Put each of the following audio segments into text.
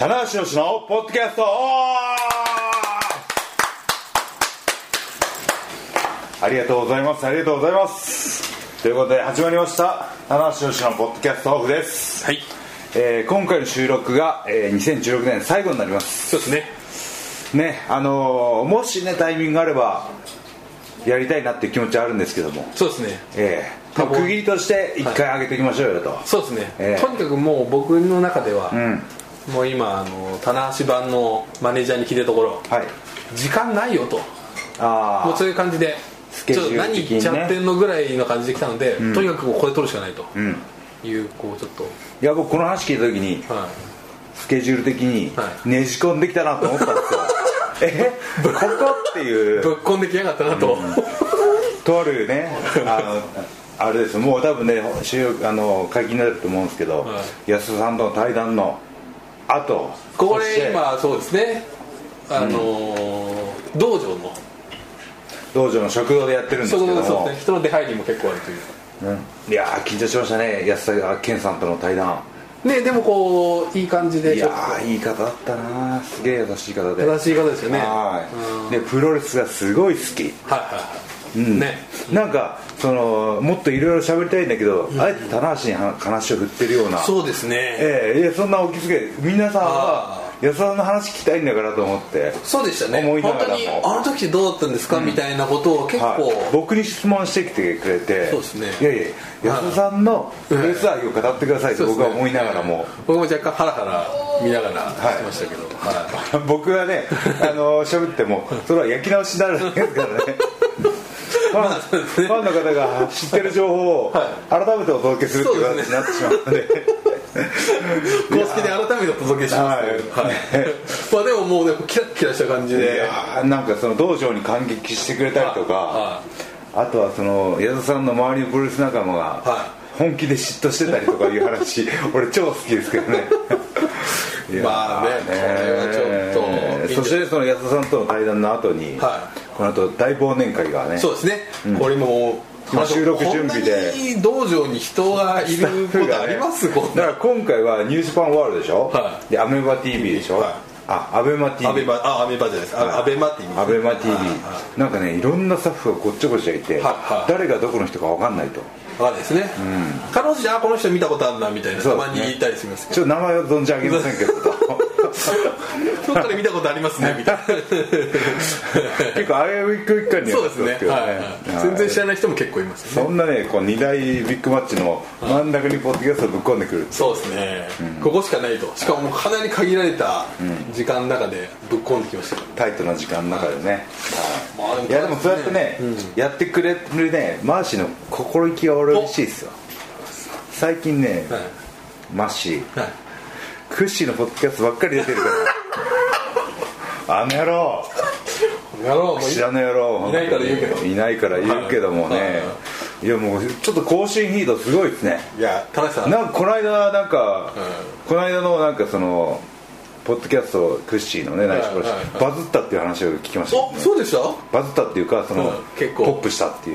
棚橋宏のポッドキャスト。ありがとうございます。ありがとうございます。ということで始まりました棚橋宏のポッドキャストオフです。 はい。 今回の収録が、2016年最後になります。 そうですね。もしねタイミングがあればやりたいなっていう気持ちはあるんですけども。 そうですね。 区切りとして一回上げていきましょうよと。 そうですね。とにかくもう僕の中では、もう今棚橋版のマネージャーに聞いたところ、 はい、 時間ないよと。もうそういう感じで。 スケジュール的にね、 何言っちゃってんのぐらいの感じで来たので、とにかくこれ取るしかないと、いうこうちょっと。 いや僕この話聞いた時に、スケジュール的にねじ込んできたなと思ったんですよ。ここっていうぶっ込んできやがったなと、 とあるねあれですもう多分ね解禁になると思うんですけど、安田さんとの対談の後これ今そうですね道場の食堂でやってるんですけども、 そうですね、人の出入りも結構あるという、 いや緊張しましたね、安田健さんとの対談ね。でもこういい感じで、 いやいい方だったな、すげえ優しい方で、 優しい方ですよね。 でプロレスがすごい好き、なんかもっといろいろ喋りたいんだけど、あえて棚橋に話を振ってるような。 そうですね。 いやそんなお気づけ皆さんは安田の話聞きたいんだからと思って。 そうでしたね。 思いながらも本当にあの時どうだったんですか、みたいなことを結構、 僕に質問してきてくれて、 そうですね。 いやいや安田さんのプロレス愛を語ってくださいと僕は思いながらも、 僕も若干ハラハラ見ながらしてましたけど、 僕がね喋ってもそれは焼き直しになるだけですからね。ファンの方が知ってる情報を改めてお届けするっていう形になってしまうので、 公式で改めてお届けします。まあでももうキラッキラした感じで、 なんかその道場に感激してくれたりとか、あとは矢田さんの周りのプロレス仲間が本気で嫉妬してたりとかいう話俺超好きですけどね。 まあね、これはちょっと。 そしてその安田さんとの対談の後に、この後大忘年会がね。 そうですね。これも収録準備で。 こんなに道場に人がいることあります？だから今回はニュースパンワールドでしょ。でアメバ TV でしょ。アベマ TV。 アベマじゃないですか。アベマ TV。 アベマ TV。なんかねいろんなスタッフがごっちゃごちゃいて、誰がどこの人か分かんないと。 分かんないですね。彼女じゃこの人見たことあるなみたいなたまに言いたりしますけど。 ちょっと名前は存じ上げませんけど。 どっかで見たことありますねみたいな。 結構あれウィックウィッカーにそうですね。全然知らない人も結構いますね。 そんなねこう2大ビッグマッチの真ん中にポッドキャストをぶっ込んでくる。 そうですね。ここしかないと。しかもかなり限られた時間の中でぶっ込んできました。 タイトな時間の中でね。いやでもそうやってねやってくれるねマーシーの心意気が俺嬉しいですよ。最近ねマーシークッシーのポッドキャストばっかり出てるからあの野郎知らない野郎いないから言うけどいないから言うけどもね、いやもうちょっと更新頻度すごいですね。 いや田中さんなんかこの間なんか、この間のなんかそのポッドキャストクッシーのね内緒バズったっていう話を聞きました、 ね。そうでした？ バズったっていうか結構ポップしたっていう。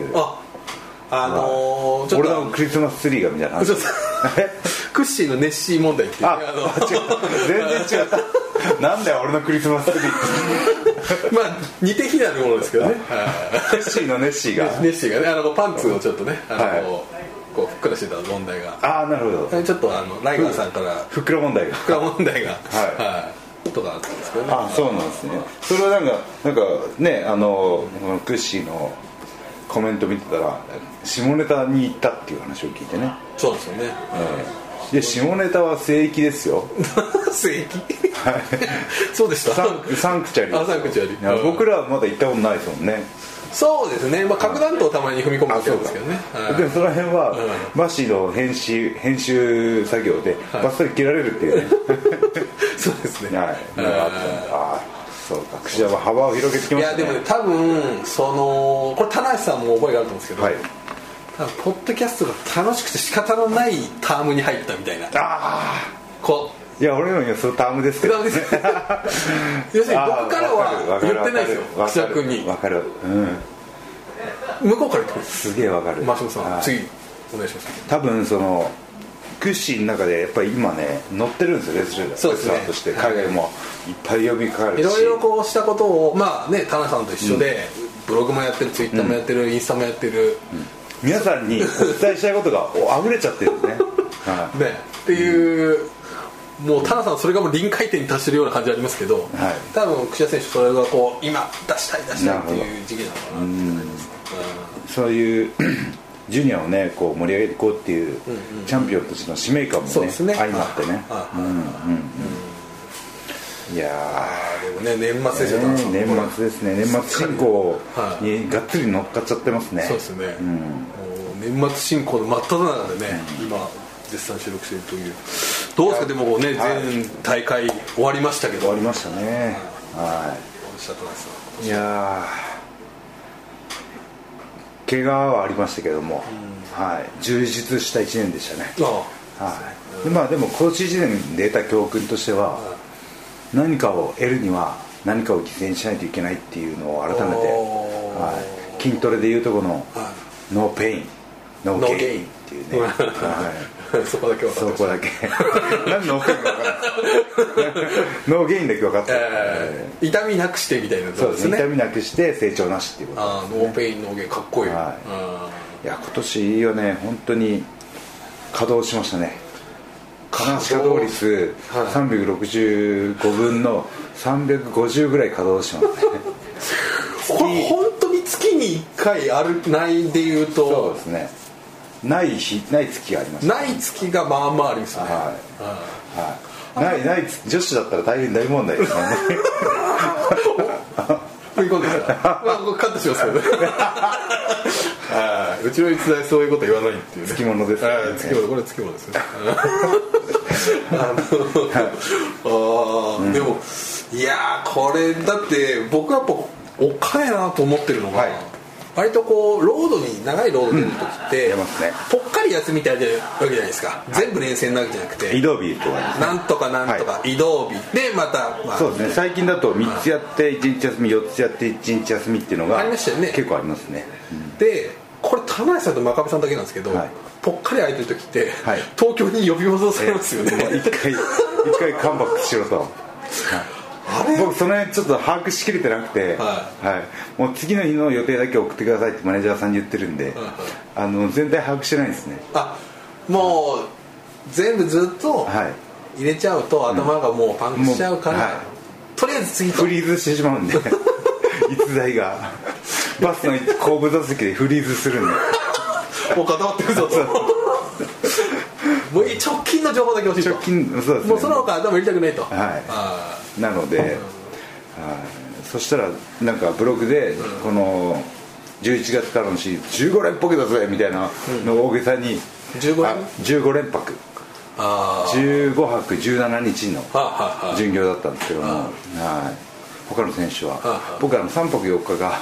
俺のクリスマスツリーがみたいな話。 クッシーのネッシー問題っていう。 全然違った。なんだよ俺のクリスマスツリー。 まあ似て非なるものですけどね。 クッシーのネッシーがネッシーがねパンツをちょっとねこうふっくらしてた問題が。 なるほど。 ちょっとライガーさんからふっくら問題がとかあったんですけどね。 そうなんですね。それはなんかねクッシーのコメント見てたら下ネタに行ったっていう話を聞いてね。 そうですよね。 で下ネタは聖域ですよ。 聖域？そうでした。 サンクチャリー。 サンクチャリー。 僕らはまだ行ったことないですもんね。 そうですね。核弾頭をたまに踏み込むわけですけどね。 でその辺はマシの編集作業でバッサリ切られるっていうね。 そうですね。 そうか、櫛田は幅を広げてきましたね。 いやでもね多分これ田中さんも覚えがあると思うんですけど、多分ポッドキャストが楽しくて仕方のないタームに入ったみたいな。いや俺の予想タームですけど、ね、 要するに僕からは言ってないですよ櫛田君に。 分かる、 向こうから言ってくる。 すげえ分かる。 マシモさん、次お願いします。 多分クッシーの中でやっぱり今ね乗ってるんですよ、レスラーとして海外もいっぱい呼びかかるし、 いろいろこうしたことをまあね田中さんと一緒で、ブログもやってる、ツイッターもやってる、インスタもやってる、 皆さんにお伝えしたいことが溢れちゃってるんですねねっていう、もう田中さんそれがもう臨界点に達してるような感じありますけど、多分櫛田選手それがこう今出したいっていう時期なのかなと思います。 そういうジュニアをねこう盛り上げていこうっていうチャンピオンとしての使命感もね相まってね、いやでもね年末ですよ、 年末ですね、年末進行にがっつり乗っかっちゃってますね。 そうですね、年末進行の真っ只中でね、今絶賛収録しているという。どうですか、でもね全大会終わりましたけど。 終わりましたね。いや怪我はありましたけども、充実した1年でしたね。でも今年1年で得た教訓としては、何かを得るには何かを犠牲にしないといけないっていうのを改めて、筋トレでいうとこのノーペインノーゲインっていうね、 そこだけ分かってました。 そこだけ何ノーペインか分かんノーゲインだけ分かって、 痛みなくしてみたいな。 そうですね、痛みなくして成長なしっていうことですね。 ノーペインノーゲインかっこいい。いや今年はね本当に稼働しましたね。稼働率365分の350ぐらい稼働しますね。 これ本当に月に1回あるないでいうと、 そうですね、ない月があります、 ない月がまあまあありますね。 ない女子だったら大問題ですね。 食い込んできた。カットしますけどね。うちの逸材そういうこと言わないっていうね。 つきものですね。 これつきものですね。でもいやこれだって僕はやっぱおっかねえなと思ってるのが、割とこう長いロード出る時って、ぽっかり休みたいわけじゃないですか。全部連戦なわけじゃなくて、 移動日とかですね、 なんとか移動日でまた、 そうですね、最近だと3つやって1日休み、4つやって1日休みっていうのが結構ありますね。 でこれ田中さんと真壁さんだけなんですけど、ぽっかり空いてる時って、東京に呼び戻されますよね。 一回カムバックしろと。僕その辺ちょっと把握しきれてなくて、もう次の日の予定だけ送ってくださいってマネージャーさんに言ってるんで、全体把握してないんですね。 もう全部ずっと入れちゃうと頭がもうパンクしちゃうから、とりあえず次とフリーズしてしまうんで逸材がバスの後部座席でフリーズするんでもう固まってるぞと。もう直近の情報だけ欲しいと。 直近、そうですね、 もうその他頭入れたくないと。 なので、そしたらなんかブログでこの11月からのシーズン15連泊だぜみたいなのを大げさに、15連泊、15泊17日の巡業だったんですけども、他の選手は僕3泊4日が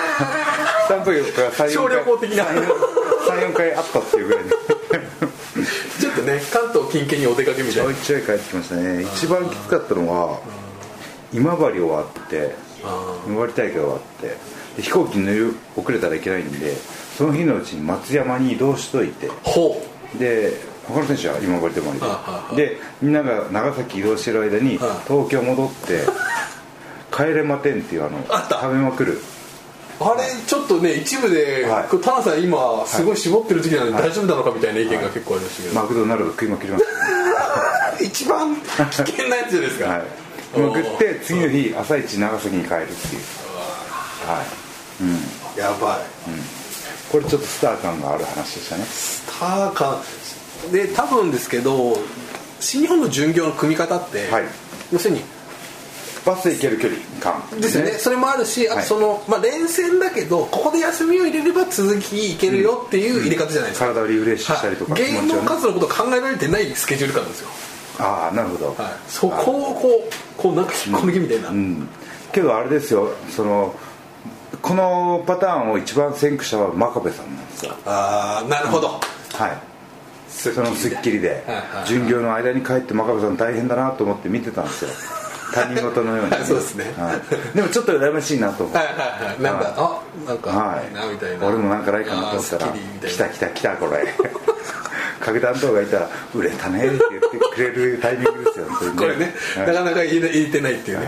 3泊4日が小旅行的な 3、4回あったっていうぐらいでちょっとね関東近県にお出かけみたいな。 ちょい帰ってきましたね。一番きつかったのは今治終わって今治大会終わって飛行機に乗り遅れたらいけないんで、その日のうちに松山に移動しといて、で他の選手は今治でもでみんなが長崎移動してる間に東京戻って帰れまてんっていう食べまくるあれちょっとね一部で、田中さん今すごい絞ってる時期なので大丈夫なのかみたいな意見が結構ありましたけど、 マクドナルド食いまくりました一番危険なやつじゃないですか。 食って次の日朝一長崎に帰るっていう、 やばい、 これちょっとスター感がある話でしたね。 スター感で多分ですけど、新日本の巡業の組み方って、要するにバスで行ける距離感ですよね。それもあるし、あとその、連戦だけどここで休みを入れれば続き行けるよっていう入れ方じゃないですか。 体をリフレッシュしたりとか、 芸能活動のことを考えられてないスケジュール感なんですよ。 なるほど、 そこをこうなんか引っ込み気みたいな、 けどあれですよ、このパターンを一番先駆者は真壁さんなんですよ。 なるほど、 そのスッキリで巡業の間に帰って真壁さん大変だなと思って見てたんですよ。他人事のように、 そうですね、 でもちょっと羨ましいなと思って、 なんかなみたいな、 俺もなんかないかなと思ったら、来たこれ核弾頭がいたら売れたねって言ってくれるタイミングですよこれね、なかなか言えてないっていうね、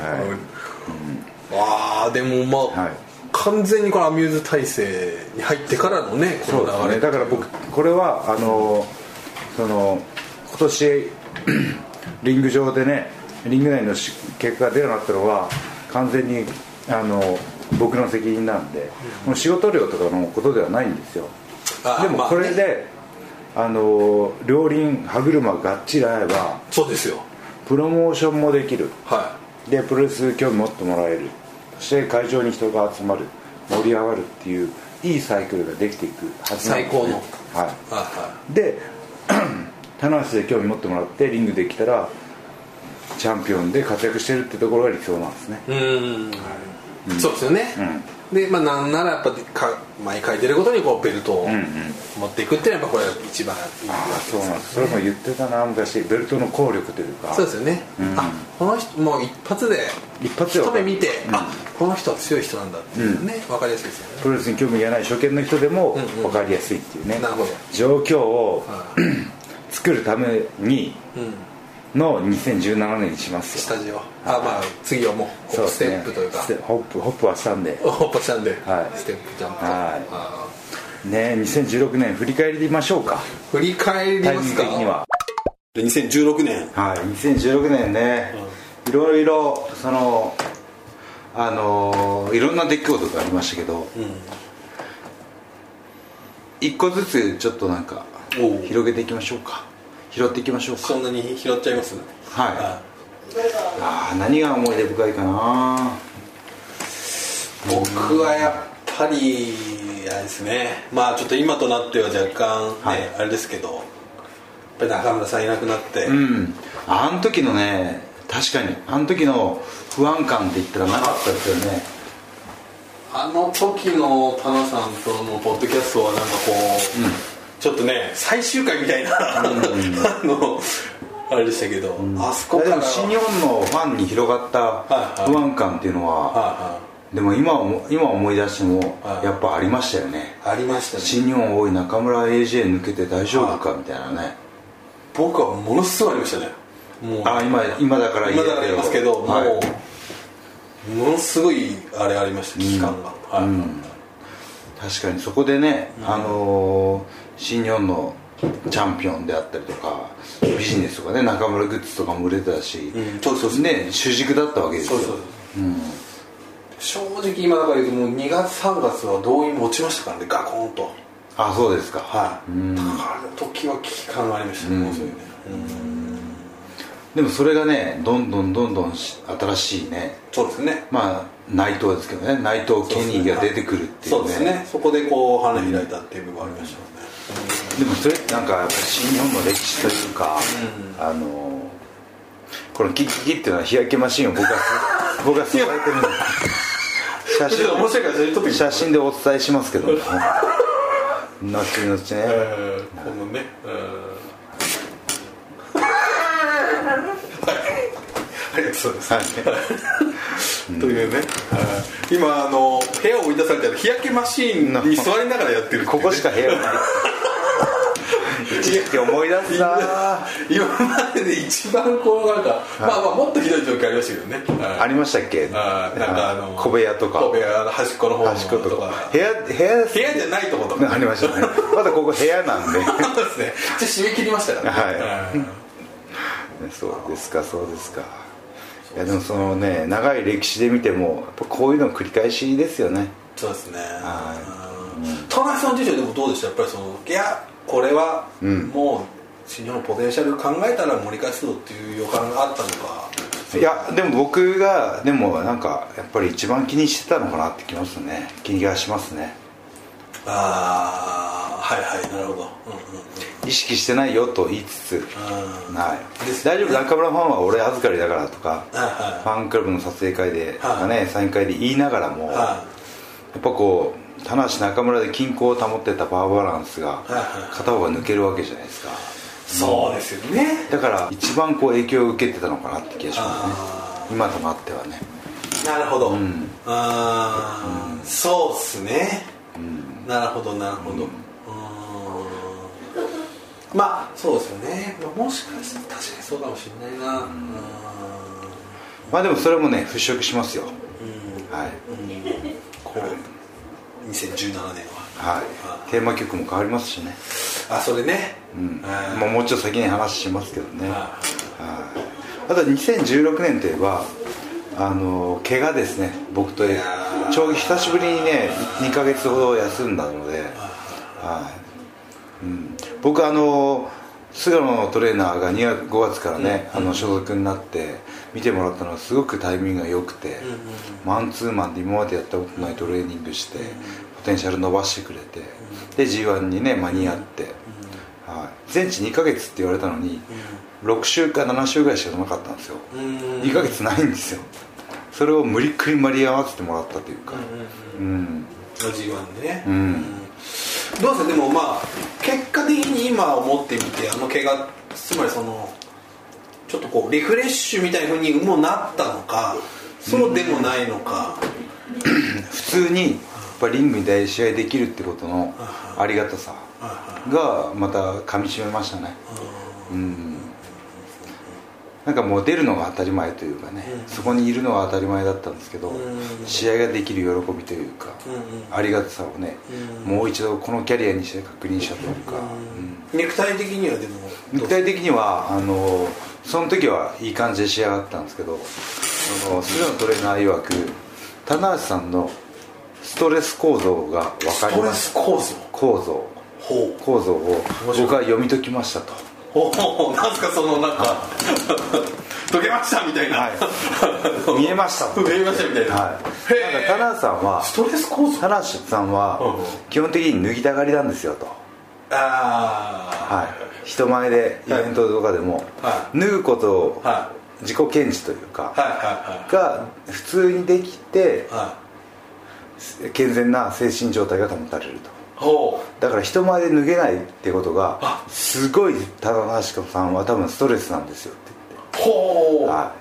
でも完全にこのアミューズ体制に入ってからのね、この流れ、 だから僕これは今年リング上でね、リング内の結果が出なかったのは完全に僕の責任なんで、もう仕事量とかのことではないんですよ。でもこれで、両輪歯車がっちり合えば、 そうですよ、 プロモーションもできる、でプロレス興味持ってもらえる、そして会場に人が集まる、盛り上がるっていういいサイクルができていくはずなんですね。最高の、で棚橋で興味持ってもらってリングできたらチャンピオンで活躍してるってところが理想なんですね。 そうですよね、でなんならやっぱ毎回出ることにこうベルトを持っていくっていうのはやっぱこれが一番いいわけですよね。そうなんです。それも言ってたな昔、ベルトの効力というか。 そうですよね、この人もう一発で一目見て、この人は強い人なんだっていうね、分かりやすいですよね。 プロレスに興味がない初見の人でも分かりやすいっていうね、 なるほど、 状況を作るためにの2017年にしますよ。 スタジオ次はもうステップというか、 ホップはしたんで、 ステップジャンプね、2016年振り返りましょうか。 振り返りますか。2016年、 2016年ね、いろいろいろんな出来事がありましたけど、一個ずつちょっとなんか広げていきましょうか。拾っていきましょうか。 そんなに拾っちゃいます？ 何が思い出深いかな。 僕はやっぱりあれですね、ちょっと今となっては若干ね、あれですけど、やっぱり中村さんいなくなって、 あの時のね、確かにあの時の不安感って言ったらなかったですよね。 あの時のタナさんとのポッドキャストはなんかこう、ちょっとね最終回みたいなあれでしたけど、あそこからでも新日本のファンに広がった不安感っていうのは、でも今思い出してもやっぱありましたよね。 ありましたね。 新日本多い中村 AJ 抜けて大丈夫かみたいなね。 僕はものすごいありましたね。もう今だから言いますけど、ものすごいあれありました、危機感が。 確かにそこでね、新日本のチャンピオンであったりとかビジネスとかね、中村グッズとかも売れてたし、主軸だったわけですよ。正直今だから言うともう2月3月は動員も落ちましたからね、ガコーンと。そうですか。だから時は危機感がありましたね。 でもそれがね、どんどん新しいね、 そうですね、 内藤ですけどね、内藤ケニーが出てくるっていうね。そうですね、 そこでこう花開いたっていう部分がありましたよね。 でもそれってなんか新日本の歴史というか、このキキキっていうのは日焼けマシンを僕が支えてるんで写真でお伝えしますけど、後々ね、 このね、ありがとうございます。というね、今部屋を追い出された日焼けマシーンに座りながらやってるっていうね、 ここしか部屋がない。一時期思い出すな。 今までで一番こうなんか、もっとひどい状況ありましたけどね。 ありましたっけ？ なんか小部屋とか、 小部屋の端っこの方のとか、 部屋じゃないところとかありましたね。まだここ部屋なんで。 そうですね。じゃ締め切りましたからね。 そうですか。いやでもそのね、長い歴史で見てもやっぱこういうの繰り返しですよね。 そうですね。田中さん自身でもどうでした？やっぱりいやこれはもう新日本のポテンシャル考えたら盛り返すぞっていう予感があったのか。 いやでも僕がでもなんかやっぱり一番気にしてたのかなって気がしますね。 なるほど。 意識してないよと言いつつ、大丈夫、中村ファンは俺預かりだからとか、ファンクラブの撮影会でサイン会で言いながらも、やっぱこう棚橋中村で均衡を保ってたパワーバランスが片方が抜けるわけじゃないですか。 そうですよね。 だから一番こう影響を受けてたのかなって気がしますね、今となってはね。 なるほど。そうっすね。なるほど。 まあそうですよね、もしかしたら確かにそうかもしれないな、 まあでもそれもね払拭しますよ、はい、 こう2017年は、 はい、テーマ曲も変わりますしね。 それね、 もうちょっと先に話しますけどね。あと2016年といえば怪我ですね。僕とちょうど久しぶりにね2ヶ月ほど休んだので、僕菅野のトレーナーが5月からね所属になって見てもらったのはすごくタイミングが良くて、マンツーマンで今までやったことないトレーニングしてポテンシャル伸ばしてくれて、で G1 にね間に合って、全治2ヶ月って言われたのに6週か7週ぐらいしかなかったんですよ。2ヶ月ないんですよ。それを無理くり間に合わせてもらったというか、 G1 でね、どうせでもまあ結果的に今思ってみて怪我、つまりそのちょっとこうリフレッシュみたいな風にもなったのか、そうでもないのか、 普通にやっぱリングに対試合できるってことのありがたさがまた噛みしめましたね。なんかもう出るのが当たり前というかね、そこにいるのが当たり前だったんですけど、試合ができる喜びというか、ありがたさをね、もう一度このキャリアにして確認したというか、 肉体的にはでも肉体的にはその時はいい感じで仕上がったんですけど、菅野トレーナー曰く棚橋さんのストレス構造が分かります。 ストレス構造を僕は読み解きましたと。 なんすかそのなんか解けましたみたいな、 見えましたみたいな、なんか棚橋さんはストレス構造、 棚橋さんは基本的に脱ぎたがりなんですよと。人前でイベントとかでも脱ぐことを自己顕示というかが普通にできて健全な精神状態が保たれると。だから人前で脱げないってことがすごい棚橋さんは多分ストレスなんですよって言って、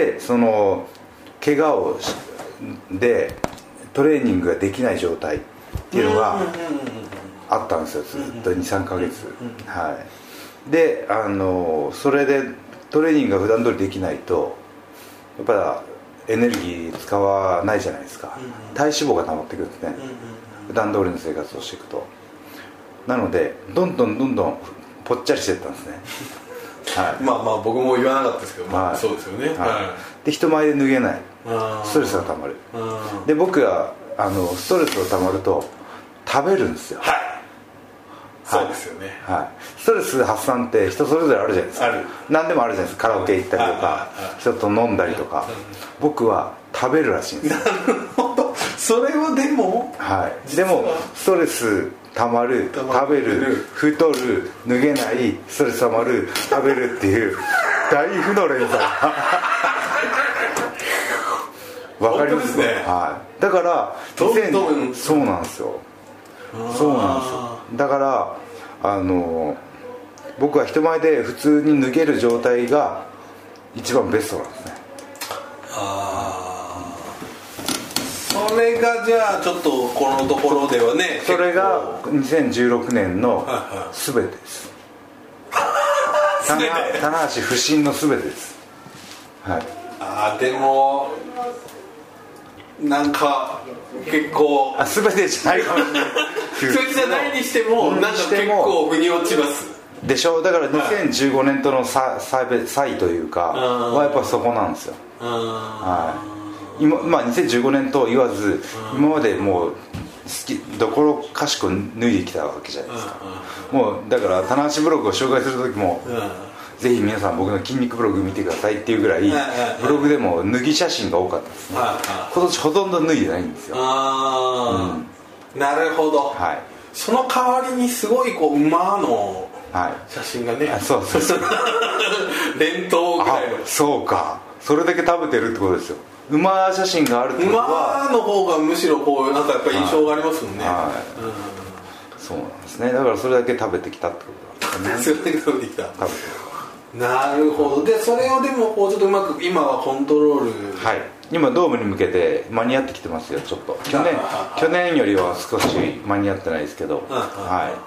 でその怪我をでトレーニングができない状態っていうのがあったんですよ、ずっと 2,3 ヶ月、でそれでトレーニングが普段通りできないとやっぱりエネルギー使わないじゃないですか、体脂肪が溜まってくるんですね、普段通りの生活をしていくと。なのでどんどんぽっちゃりしていったんですね。 まあ僕も言わなかったですけど、そうですよね。 で人前で脱げない、ストレスが溜まる。で僕がストレスが溜まると食べるんですよ。 そうですよね。 ストレス発散って人それぞれあるじゃないですか。何でもあるじゃないですか。カラオケ行ったりとか人と飲んだりとか、僕は食べるらしいんですよ。 なるほど。それはでもでもストレス溜まる、食べる、太る、脱げない、ストレス溜まる、食べるっていう大負の連鎖わかりますね。だからそうなんですよ。だから僕は人前で普通に脱げる状態が一番ベストなんですね。 それがじゃあちょっとこのところではね、 それが2016年の全てです。棚橋不振の全てです。 でもなんか結構全てじゃないかもしれない。 それじゃないにしてもなんか結構腑に落ちますでしょ。だから2015年との差異というかはやっぱそこなんですよ。2015年と言わず今までもうどころかしく脱いできたわけじゃないですか。もうだから棚橋ブログを紹介する時もぜひ皆さん僕の筋肉ブログ見てくださいっていうぐらいブログでも脱ぎ写真が多かったですね。今年ほとんど脱いでないんですよ。 なるほど。その代わりにすごいこう馬の写真がね、 そう連投ぐらいの。 そうか、それだけ食べてるってことですよ。馬写真があるってことは馬の方がむしろこうなんかやっぱり印象がありますもんね。 そうなんですね。だからそれだけ食べてきたってことだね。 それだけ食べてきた。なるほど。でそれをでもこうちょっとうまく今はコントロール、 今ドームに向けて間に合ってきてますよ。ちょっと去年よりは少し間に合ってないですけど、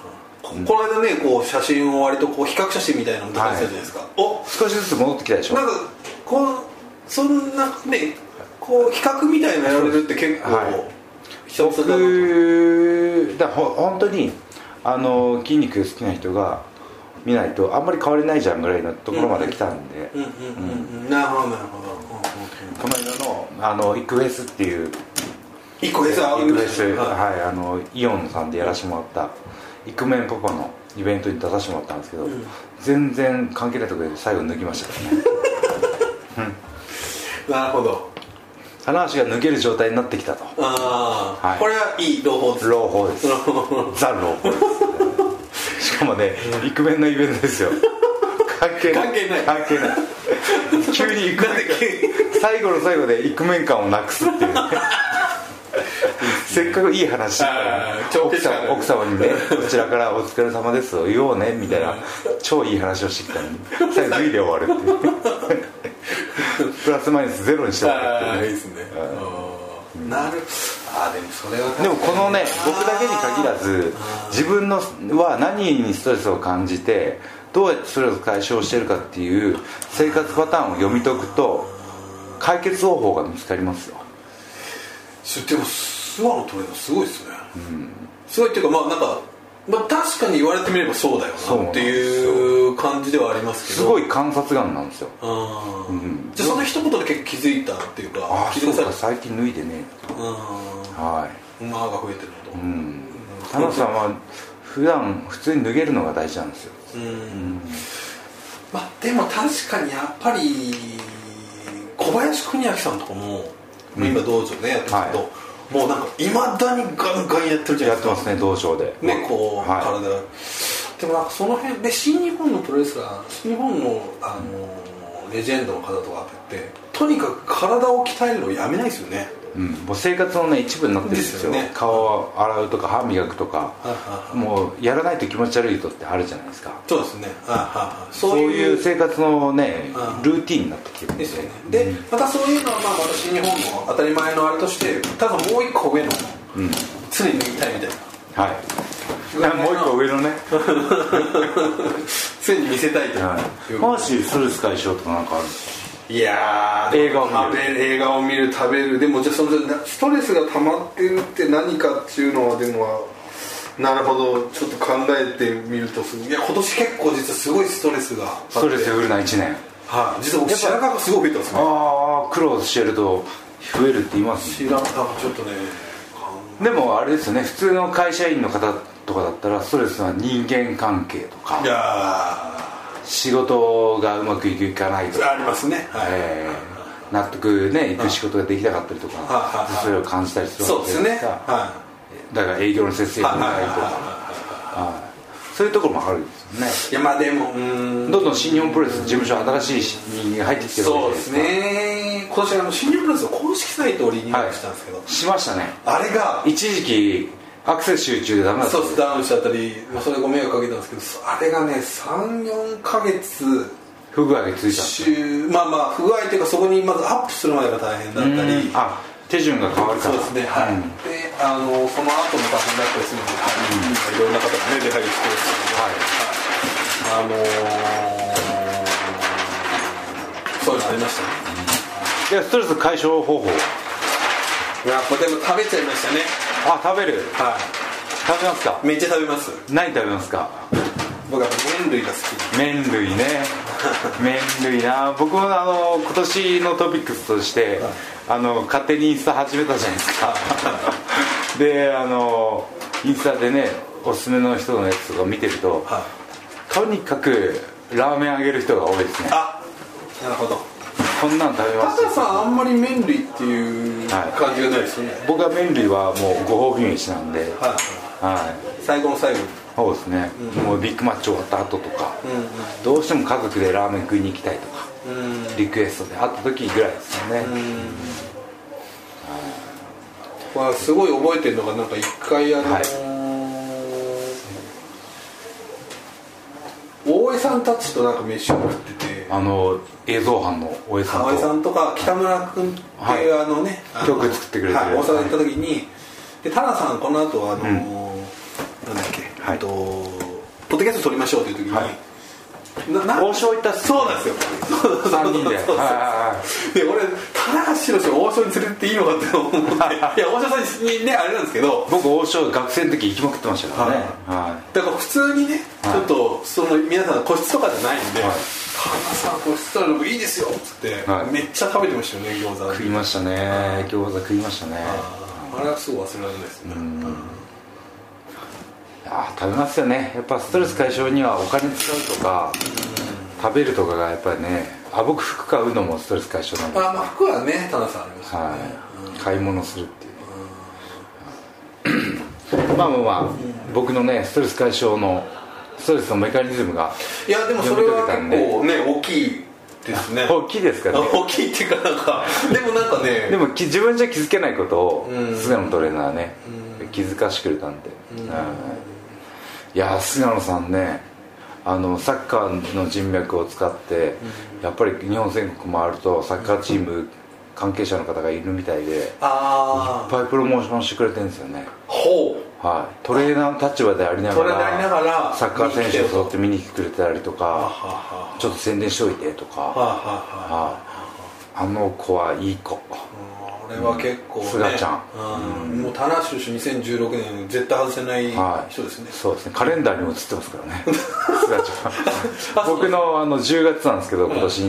この間ねこう写真を割とこう比較写真みたいなのも出したじゃないですか、 少しずつ戻ってきたでしょ。 なんかこうそんなねこう比較みたいなやられるって結構、 僕だ本当に筋肉好きな人が見ないとあんまり変わりないじゃんぐらいのところまで来たんで、 なるほどなるほど。 この間のイクフェスっていうイクフェス、 イオンさんでやらせてもらったイクメンパパのイベントに出させてもらったんですけど、全然関係ないところで最後抜きましたからねなるほど。 棚橋が抜ける状態になってきたと。 これはいい朗報です。 朗報ですザ朗報ですしかもね、イクメンのイベントですよ。関係ない急にイクメン最後の最後でイクメン感をなくすっていうねせっかくいい話奥様にねこちらからお疲れ様ですを言おうねみたいな超いい話をしてきたのに最後脱いで終わるっていうプラスマイナスゼロにして終わるっていうね。 いいですね。なる。でもそれはでもこのね僕だけに限らず自分のは何にストレスを感じてどうやってストレスを解消しているかっていう生活パターンを読み解くと解決方法が見つかりますよ。 でも諏訪のトレードすごいですね、すごいっていうかなんか確かに言われてみればそうだよなっていう感じではありますけど、 すごい観察眼なんですよ。 じゃあその一言で結構気づいたっていうか、 そうか最近脱いでね馬が増えてると。 田中さんは普通に脱げるのが大事なんですよ。 でも確かにやっぱり小林邦明さんとかも今道場ねやってますけど、もうなんかいまだにガンガンやってるじゃないですか。やってますね道場でねこう、体でもなんかその辺で新日本のプロレスラー、新日本のレジェンドの方とかってとにかく体を鍛えるのをやめないですよね。 もう生活のね一部になってるんですよね。顔を洗うとか歯磨くとか、もうやらないと気持ち悪い人ってあるじゃないですか。 そうですね。 そういう生活のねルーティンになってきてるんですよね。でまたそういうのはまた新日本の当たり前のあれとしてただもう一個上の、常に脱ぎたいみたいな、 もう一個上のね常に見せたいという。 マーシーストレス解消とかなんかあるんですか。 いや映画を見る食べるでもじゃあそのストレスが溜まってるって何かっていうのはでもなるほどちょっと考えてみるといや今年結構実はすごいストレスがあってストレスフルな1年実は僕白髪がすごい増えたんですね。 苦労してると増えるって言いますね。 白髪ちょっとねでもあれですよね、普通の会社員の方とかだったらストレスは人間関係とか仕事がうまくいかないとかありますね、 納得ねいく仕事ができなかったりとかそれを感じたりするわけですからだから営業の節制がないとかそういうところもあるんですよね。 いやでもどんどん新日本プロレス事務所新しい人間が入ってきてるわけですから。そうですね。今年新日本プロレスの公式サイトをリニューアルしたんですけど、 しましたね。 あれが一時期アクセス集中でダメだった。 そうダウンしちゃったりそれでご迷惑かけたんですけど、あれがね 3,4 ヶ月不具合がついた不具合っていうかそこにまずアップするまでが大変だったり手順が変わるから。 そうですね、でその後も大変だったりするので、いろんな方がね出入りしてるんですけど、そういうのありましたね。 いやストレス解消方法やっぱでも食べちゃいましたね。 食べる。食べますか。 めっちゃ食べます。 何食べますか。 僕は麺類が好き。麺類ね麺類な。僕も今年のトピックスとして勝手にインスタ始めたじゃないですかでインスタでねおすすめの人のやつとか見てると、とにかくラーメンあげる人が多いですね。 なるほど。 こんなん食べます。 タカさんあんまり麺類っていう感じがないですよね。 僕は麺類はもうご褒美飯なんで、 最後の最後。 そうですね、もうビッグマッチ終わった後とか、どうしても家族でラーメン食いに行きたいとか、リクエストで会った時ぐらいですよね。 すごい覚えてるのがなんか一回大江さんたちとなんか飯を食ってて、 映像班の大江さんと大江さんとか北村君っていう曲作ってくれてる大阪行った時にでタナさんこの後なんだっけポッドキャスト撮りましょうという時に、 王将行ったそうなんですよ 3人でで俺棚橋宏を王将に連れてっていいのかって思っていや王将さんにねあれなんですけど、 僕王将学生の時行きまくってましたからね、 だから普通にね、ちょっとその皆さん個室とかじゃないんで、棚さん個室取るのもいいですよっつって、めっちゃ食べてましたよね餃子。 食いましたね、餃子食いましたね。 あれはすごい忘れられないですね。 食べますよね。やっぱストレス解消にはお金使うとか食べるとかがやっぱりね。僕服買うのもストレス解消なんで。 服はね、田中さんありますよね。 買い物するっていう、まあ僕のねストレス解消のストレスのメカニズムがいやでもそれは結構ね大きいですね。 大きいですかね。 大きいっていうかなんかでもなんかねでも自分じゃ気づけないことを菅野トレーナーね気づかしてくれたんで、いや菅野さんねサッカーの人脈を使ってやっぱり日本全国回るとサッカーチーム関係者の方がいるみたいでいっぱいプロモーションしてくれてるんですよね。トレーナーの立場でありながらサッカー選手をそうやって見に来てくれたりとか、ちょっと宣伝しといてとか、あの子はいい子。 俺は結構ね、 菅ちゃん、もう田中出身2016年絶対外せない人ですね。 そうですね、カレンダーにも映ってますからね菅ちゃん僕の10月なんですけど、今年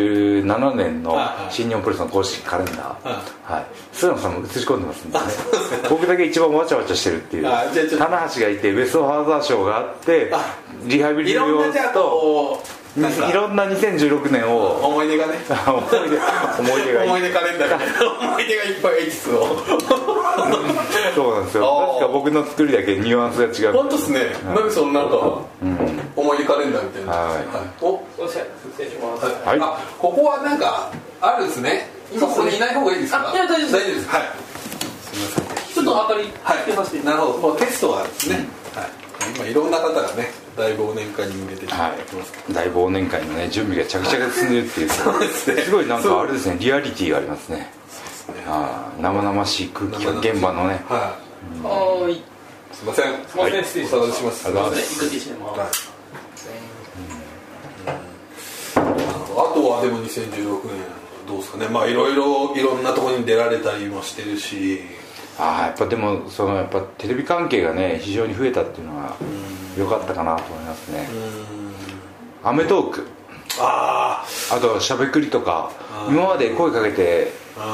2017年の新日本プロレスの公式カレンダー、菅野さんも映し込んでますんでね僕だけ一番わちゃわちゃしてるっていう、棚橋がいてウェストハーザー賞があってリハビリ用といろんな2016年を思い出がね思い出が思い出カレンダーみたいな思い出がいっぱい5つをそうなんですよ。確か僕の作りだけニュアンスが違う。 本当ですね。なんでそのなんか思い出カレンダーみたいな。お、失礼します。ここはなんかあるんですね。今ここにいない方がいいですか。 いや大丈夫です。 大丈夫です。はい。すみません。 ちょっと明かりつけさせて。 なるほど。もうテストはですね。今いろんな方がね大忘年会に向けて大忘年会のね準備が着々進んでるっていうすごいなんかあれですね、リアリティがありますね。生々しい空気が現場のね。 すいません失礼します。あとはでも2016年どうですかね。まあいろんなところに出られたりもしてるし、 やっぱでもやっぱテレビ関係がね非常に増えたっていうのは良かったかなと思いますね。アメトーク、あとしゃべくりとか、今まで声かけ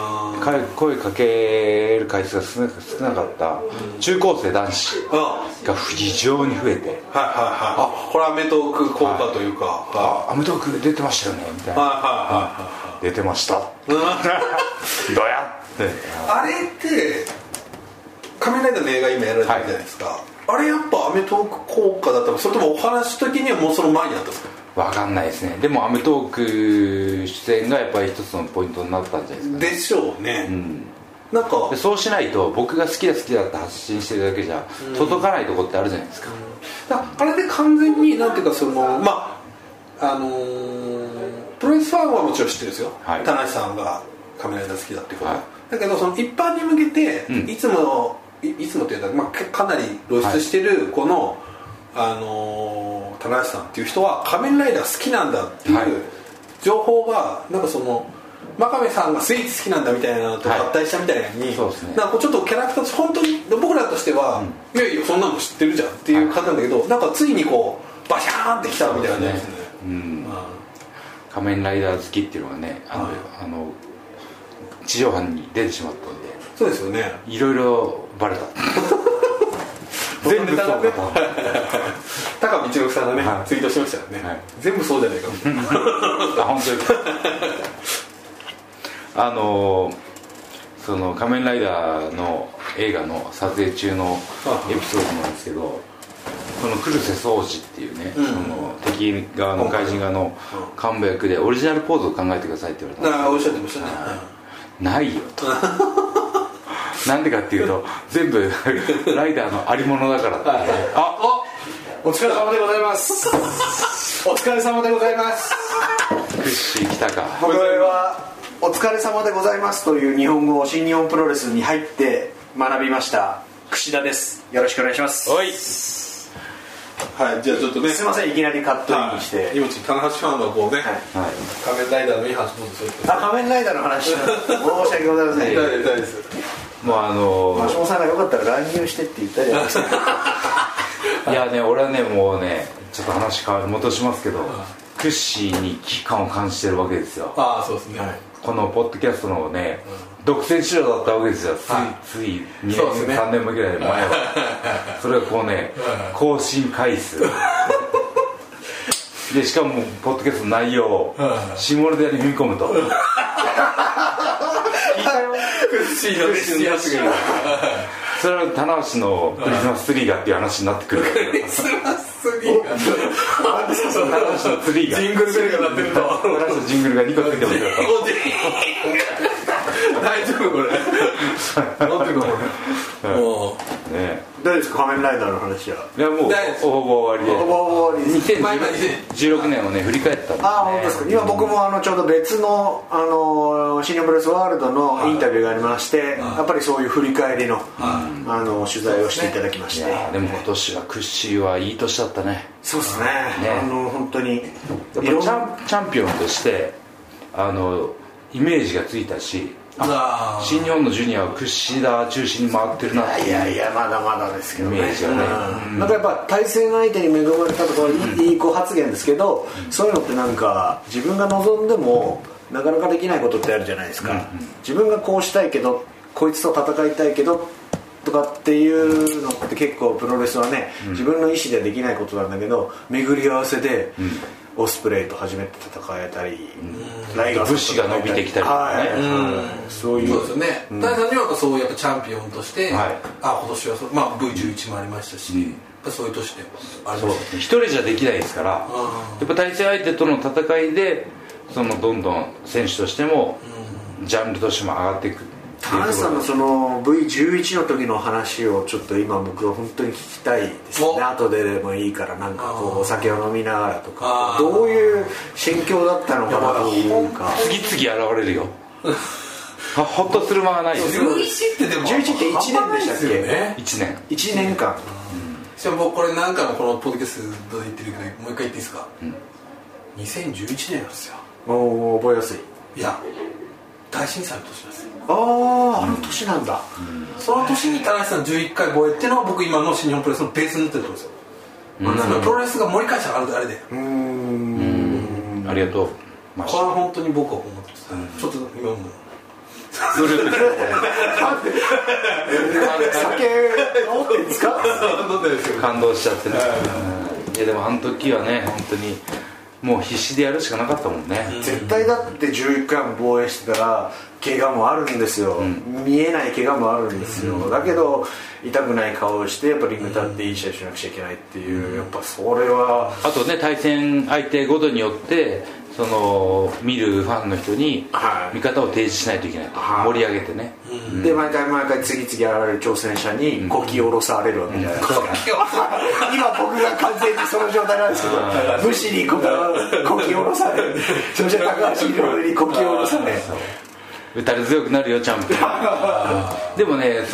る回数が少なかった中高生男子が非常に増えて、 これアメトーク効果というか、 アメトーク出てましたよねみたいな、出てましたどうやってあれって仮面ライダーの映画今やられてるじゃないですか、あれやっぱアメトーク効果だったのか、それともお話的にはもうその前にあったんですか。 分かんないですね。でもアメトーク出演がやっぱり一つのポイントになったんじゃないですかね。 でしょうね、なんかそうしないと僕が好きだって発信してるだけじゃ届かないとこってあるじゃないですか、 あれで完全になんていうかプロレスファンはもちろん知ってるんですよ、田中さんが仮面ライダー好きだっていうこと、だけどその一般に向けて、いつもっていうか、かなり露出してるこの、田中さんっていう人は仮面ライダー好きなんだっていう情報がなんかその真壁さんがスイーツ好きなんだみたいなのと合体したみたいに、なんかちょっとキャラクター本当に僕らとしては、いやいやそんなの知ってるじゃんっていう感じなんだけど、なんかついにこうバシャーンってきたみたいなですね。 仮面ライダー好きっていうのがね、地上波に出てしまったんで、 そうですよね、 いろいろバレた全部そうだ高見一郎さんがね、ツイートしましたよね、全部そうじゃないかみたいな本当にその仮面ライダーの映画の撮影中のエピソードなんですけど、この来瀬宗司っていうね、その敵側の怪人側の幹部役でオリジナルポーズを考えてくださいって言われたんですよ。 おっしゃってましたね、 ないよとなんでかっていうと全部ライダーのありものだからって、 お疲れ様でございますお疲れ様でございますクッシー来たか。 これはお疲れ様でございますという日本語を新日本プロレスに入って学びました櫛田です。よろしくお願いします。 はい、じゃあちょっとね、 すいませんいきなりカットインして、 今棚橋ファンはこうね、仮面ライダーのいい話もする。 仮面ライダーの話申し訳ございません。 大です。 もうマシモさんがよかったら乱入してって言ったじゃないですか。 いやね、俺はねもうねちょっと話戻しますけど、クッシーに危機感を感じてるわけですよ。 そうですね。 このポッドキャストのね、独占資料だったわけですよ。つい2年、3年ぐらい前は。それがこうね、更新回数で、しかもポッドキャストの内容を下ネタに踏み込むと。聞いたよ。 クッシーのやつが。 それは棚橋のクリスマスツリーがっていう話になってくる。 クリスマスツリーが棚橋のツリーがジングルベルが鳴ってると、 棚橋のジングルが2個ついてますよ。 大丈夫これ。なんていうかこれ。もう大丈夫ですか、仮面ライダーの話は。 いやもうほぼ終わりで。 ほぼ終わりです。 2016年をね振り返ったんですね。 本当ですか。今僕もちょうど別の新日本プロレスワールドのインタビューがありまして、やっぱりそういう振り返りの取材をしていただきまして。 でも今年はクッシーはいい年だったね。 そうですね。本当にチャンピオンとしてイメージがついたし、新日本のジュニアはクッシーだ中心に回ってるなっていう。 いやまだまだですけどね。 イメージがね。 なんかやっぱ対戦相手に恵まれたとかいい子発言ですけど、そういうのってなんか自分が望んでもなかなかできないことってあるじゃないですか。自分がこうしたいけど、こいつと戦いたいけどとかっていうのって結構プロレスはね、自分の意思ではできないことなんだけど、巡り合わせでオスプレイと初めて戦えたり、 ライガー武士が伸びてきたりとかね。 そうですよね。大さんにはそうやっぱチャンピオンとして、今年はV11 もありましたし、そういう年でありました。 一人じゃできないですから、やっぱ対戦相手との戦いでどんどん選手としてもジャンルとしても上がっていく。 田中さんのその V11 の時の話をちょっと今僕は本当に聞きたいですね。後ででもいいからなんかこうお酒を飲みながらとか、どういう心境だったのかなというか。 次々現れるよ。ほっとする間がないですよ。 11ってでも 11って1年でしたっけね。 1年間。 しかもこれ何回もこのポッドキャストで言ってるけど、もう一回言っていいですか。2011年なんですよ。 覚えやすい。 いや大震災の年です。 あの年なんだ。 その年に田中さん11回防衛っていうのは僕今の新日本プロレスのベースになってるところですよ。プロレスが盛り返したあれで。 ありがとう。 これは本当に僕は思ってます。ちょっと今も酒飲ってんですか。 感動しちゃってね。いやでもあの時はね本当にもう必死でやるしかなかったもんね。 絶対だって11回も防衛してたら怪我もあるんですよ、見えない怪我もあるんですよ、だけど痛くない顔をしてやっぱリング立っていい試合しなくちゃいけないっていう、やっぱそれはあとね対戦相手ごとによって見るファンの人に見方を提示しないといけないと、盛り上げてね、 で毎回次々現れる挑戦者にこき下ろされるわけじゃないですか、今僕が完全にその状態なんですけど、武士にこき下ろされる、そして高橋宏にこき下ろされる、 打たれ強くなるよチャンピオンでもね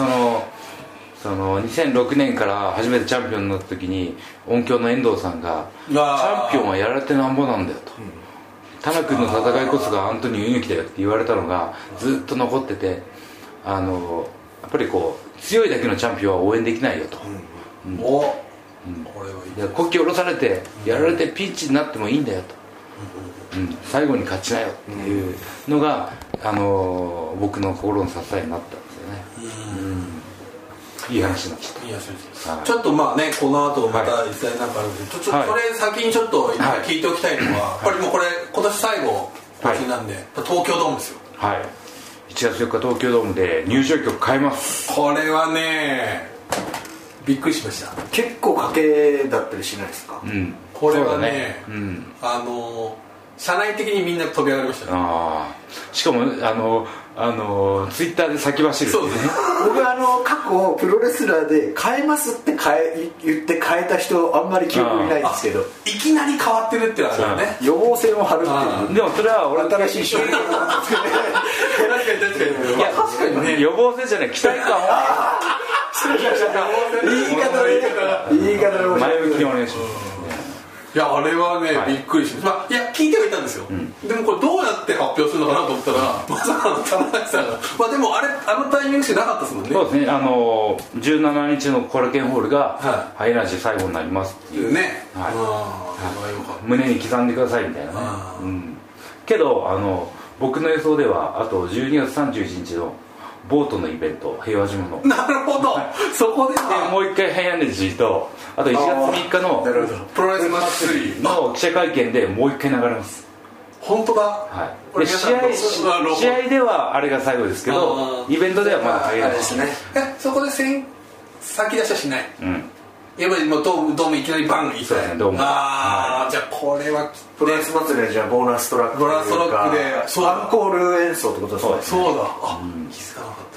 2006年から初めてチャンピオンになった時に音響の遠藤さんがチャンピオンはやられてなんぼなんだよと、田中君の戦いこそがアントニオ猪木だよって言われたのがずっと残ってて、やっぱりこう強いだけのチャンピオンは応援できないよと、こき下ろされてやられてピンチになってもいいんだよと、最後に勝ちなよっていうのが、僕の心の支えになったんですよね。いい話になっちゃった。 いい話です、ちょっとまあねこの後また実際なんかあるんで、それ先にちょっと聞いておきたいのは、やっぱりもうこれ今年最後なんで、東京ドームですよ。 はい、1月4日東京ドームで入場曲変えます。 これはねびっくりしました。 結構賭けだったりしないですか。 これはね、社内的にみんな飛び上がりましたね。 しかもツイッターで先走るってね。 僕過去プロレスラーで変えますって言って変えた人あんまり記憶にないんですけど、 いきなり変わってるってのはね、 予防線を張るっていう。 でもそれは俺新しい商品なんですけどね。 確かにね、 予防線じゃない、期待感を言い方で前向きにお願いします。 いやあれはね、びっくりしました。いや聞いてはいたんですよ、でもこれどうやって発表するのかなと思ったら、まさかの田中さんがでもあのタイミングしかなかったですもんね。 そうですね、17日のコラケンホールがハイエナジー最後になりますっていうね、 胸に刻んでくださいみたいなね、けど僕の予想ではあと12月31日のボートのイベント、平和島の、 なるほどそこでもう一回ハイエナジーと、あと1月3日のプロレス祭りの記者会見でもう一回流れます。 本当だ、 はい、で試合ではあれが最後ですけど、イベントではまだハイエナジーですね。 そこで先出しはしない、やっぱりもうドームいきなりバンいきたい。 ドーム、 じゃあこれはプロレス祭りでじゃあボーナストラックというかアンコール演奏ってことですね。 そうだ、気づかなかった。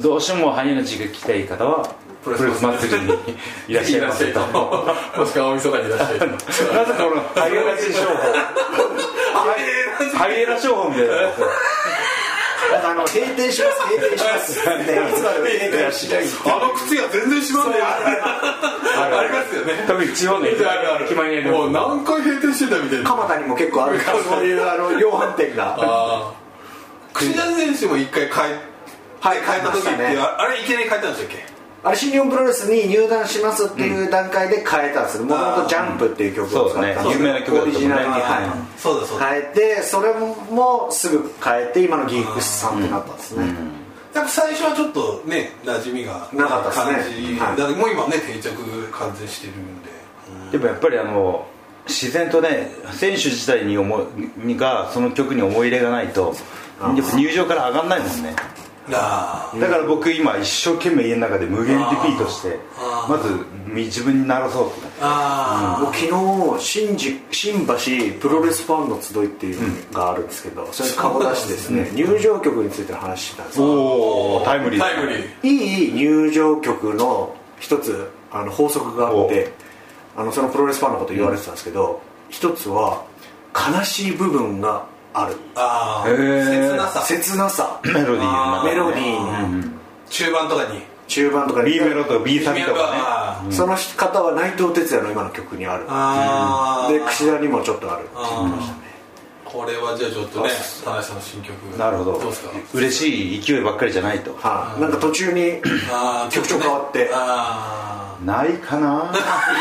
どうしてもハイエナジーが来たい方はプロレス祭りにいらっしゃいますともしくは大晦日にいらっしゃいなぜこのハイエナジー商法ハイエナ商法みたいな閉店します閉店しますあの靴が全然閉まんねえありますよね。 特に地方の決まりにもう何回閉店してたみたいな。 蒲田にも結構あるからそういう量販店が櫛田選手も一回変えた時って、あれいきなり変えたんでしたっけ。 あれ新日本プロレスに入団しますっていう段階で変えたんですもともとジャンプっていう曲を使ったんです、 有名な曲だったもんね。 オリジナルに変えて、それもすぐ変えて今のギークスさんってなったんですね。 やっぱ最初はちょっとね馴染みがなかったですね。 だからもう今ね定着完全してるんで、 でもやっぱり自然とね選手自体がその曲に思い入れがないとやっぱ入場から上がんないもんね。だから僕今一生懸命家の中で無限リピートしてまず自分にならそうと思って、 昨日新橋プロレスファンの集いっていうのがあるんですけど、それに顔出してですね、入場曲についての話してたんですよ。 タイムリーいい入場曲の一つ法則があって、そのプロレスファンのこと言われてたんですけど、一つは悲しい部分がある。切なさメロディーに中盤とかに B メロとか B サビとかね、その方は内藤哲也の今の曲にあるで櫛田にもちょっとあるって言ってましたね。 これはじゃあちょっとね田中さんの新曲なるほど、どうですか。嬉しい勢いばっかりじゃないと、 なんか途中に曲調変わってないかな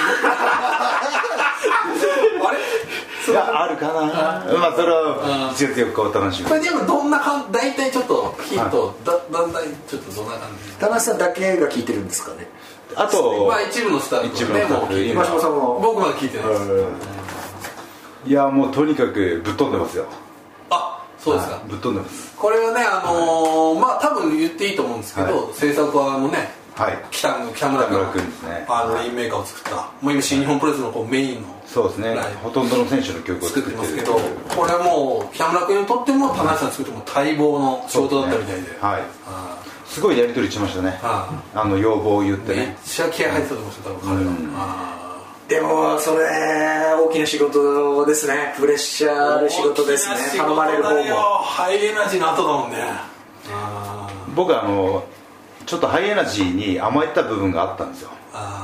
あれいやあるかな、まあそれは1月4日お楽しみ。 これでもどんな大体ちょっとヒントだんだんちょっとどんな感じ。 田中さんだけが聴いてるんですかね。 あと一部のスタッフねもう今島さんも僕まだ聴いてないです。 いやもうとにかくぶっ飛んでますよ。 そうですか。 ぶっ飛んでます。 これはねまあ多分言っていいと思うんですけど、制作は北村君ですね。レインメーカーを作ったもう今新日本プロレスのメインのそうですね、ほとんどの選手の曲を作ってますけど、これはもう北村君にとっても田中さん作っても待望の仕事だったみたいで、 すごいやり取りしましたね。要望を言ってね。 めっちゃ気合入ってたと思うんですよ、多分彼は。 でもそれ大きな仕事ですね。プレッシャーある仕事ですね。頼まれる方もハイエナジーの後だもんね。 僕ちょっとハイエナジーに甘えた部分があったんですよ。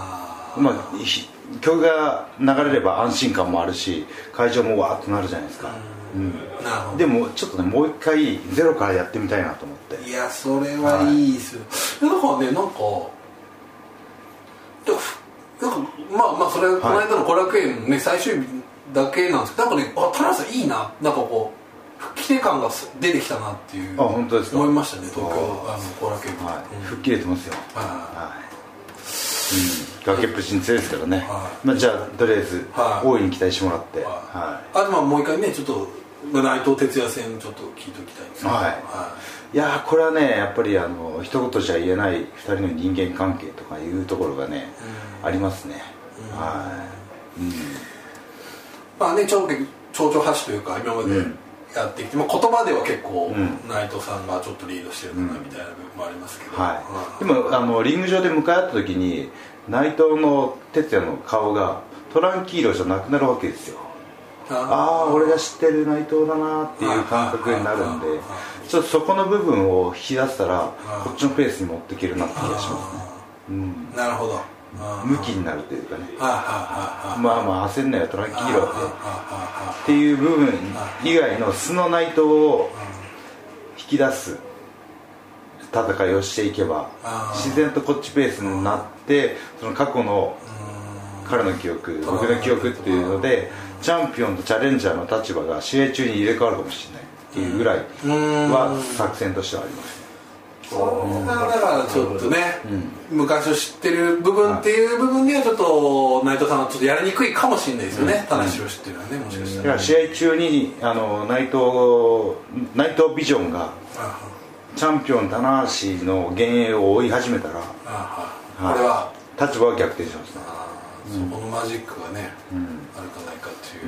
曲が流れれば安心感もあるし会場もわーっとなるじゃないですか。でもちょっとねもう一回ゼロからやってみたいなと思って。 いやそれはいいですよ。なんかねまあそれこの間の後楽園ね最終日だけなんですけど、なんかね田中さんいいな、なんかこう吹き手感が出てきたなっていう本当ですか。 思いましたね。東京後楽園吹っ切れてますよ。崖っぷちに強いですからね。じゃあとりあえず大いに期待してもらって、 あともう一回ねちょっと内藤哲也戦ちょっと聞いておきたいですね。 いやこれはねやっぱり一言じゃ言えない2人の人間関係とかいうところがねありますね。 まあね蝶々発信というか今までやってきて、言葉では結構内藤さんがちょっとリードしてるかなみたいな部分もありますけど、 でもリング上で向かい合った時に内藤の哲也の顔がトランキーロじゃなくなるわけですよ。俺が知ってる内藤だなっていう感覚になるんで、ちょっとそこの部分を引き出したらこっちのペースに持っていけるなって気がしますね。 なるほど。 向きになるというかね、 まあ焦んなよトランキーロっていう部分以外の素の内藤を引き出す戦いをしていけば自然とこっちペースになって、その過去の彼の記憶、僕の記憶っていうのでチャンピオンとチャレンジャーの立場が試合中に入れ替わるかもしれないっていうぐらいは作戦としてはあります。 だからちょっとね、昔を知ってる部分っていう部分ではちょっと内藤さんはちょっとやりにくいかもしれないですよね、田無を知ってるのはね、もしかしたら。 試合中に内藤ビジョンがチャンピオン棚橋の幻影を追い始めたら、 これは立場は逆転しますね。 そこのマジックがね、あるかないかっていう。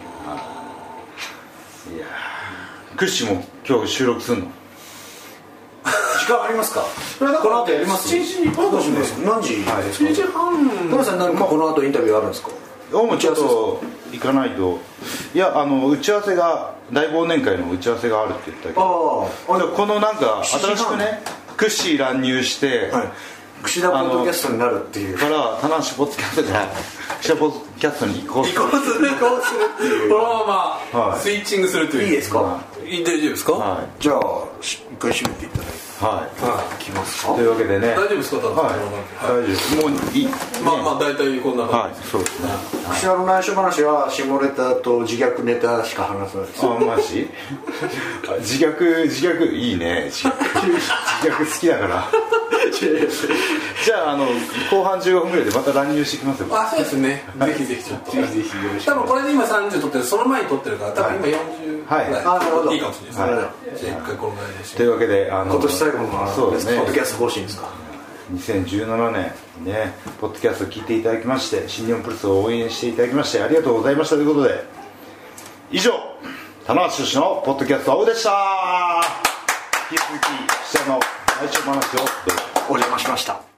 いやクッシーも今日収録するの？ 時間ありますか？この後やります？7時何時ですか？7時半。田中さん何かこの後インタビューあるんですか？ もうちょっと行かないと。いや打ち合わせが大忘年会の打ち合わせがあるって言ったけど、このなんか新しくねクッシー乱入して、 串田ポッドキャストになるっていうから棚橋ポッドキャストから串田ポッドキャストに移行するっていうこのままスイッチングするという。 いいですか？ 大丈夫ですか？ じゃあ一回閉めていただいて。来ますか？ というわけでね。 大丈夫ですか？大丈夫。もういい。 まあ大体こんな感じ。 そうですね。 串田の内緒話は下ネタと自虐ネタしか話さないです。 マジ？自虐いいね。自虐好きだから。じゃあ後半15分ぐらいでまた乱入してきますよ。 そうですね。ぜひぜひちょっと。ぜひぜひよろしく。多分これで今30撮ってる、その前に撮ってるから多分今40ぐらい。なるほど。いいかもしれないですね。じゃあ一回このぐらいでし。 というわけで今年最後のポッドキャスト更新ですか ？2017年ねポッドキャストを聞いていただきまして、新日本プロレスを応援していただきましてありがとうございましたということで、以上棚橋宏のポッドキャスト青でした。引き続き下の内緒話をお邪魔しました。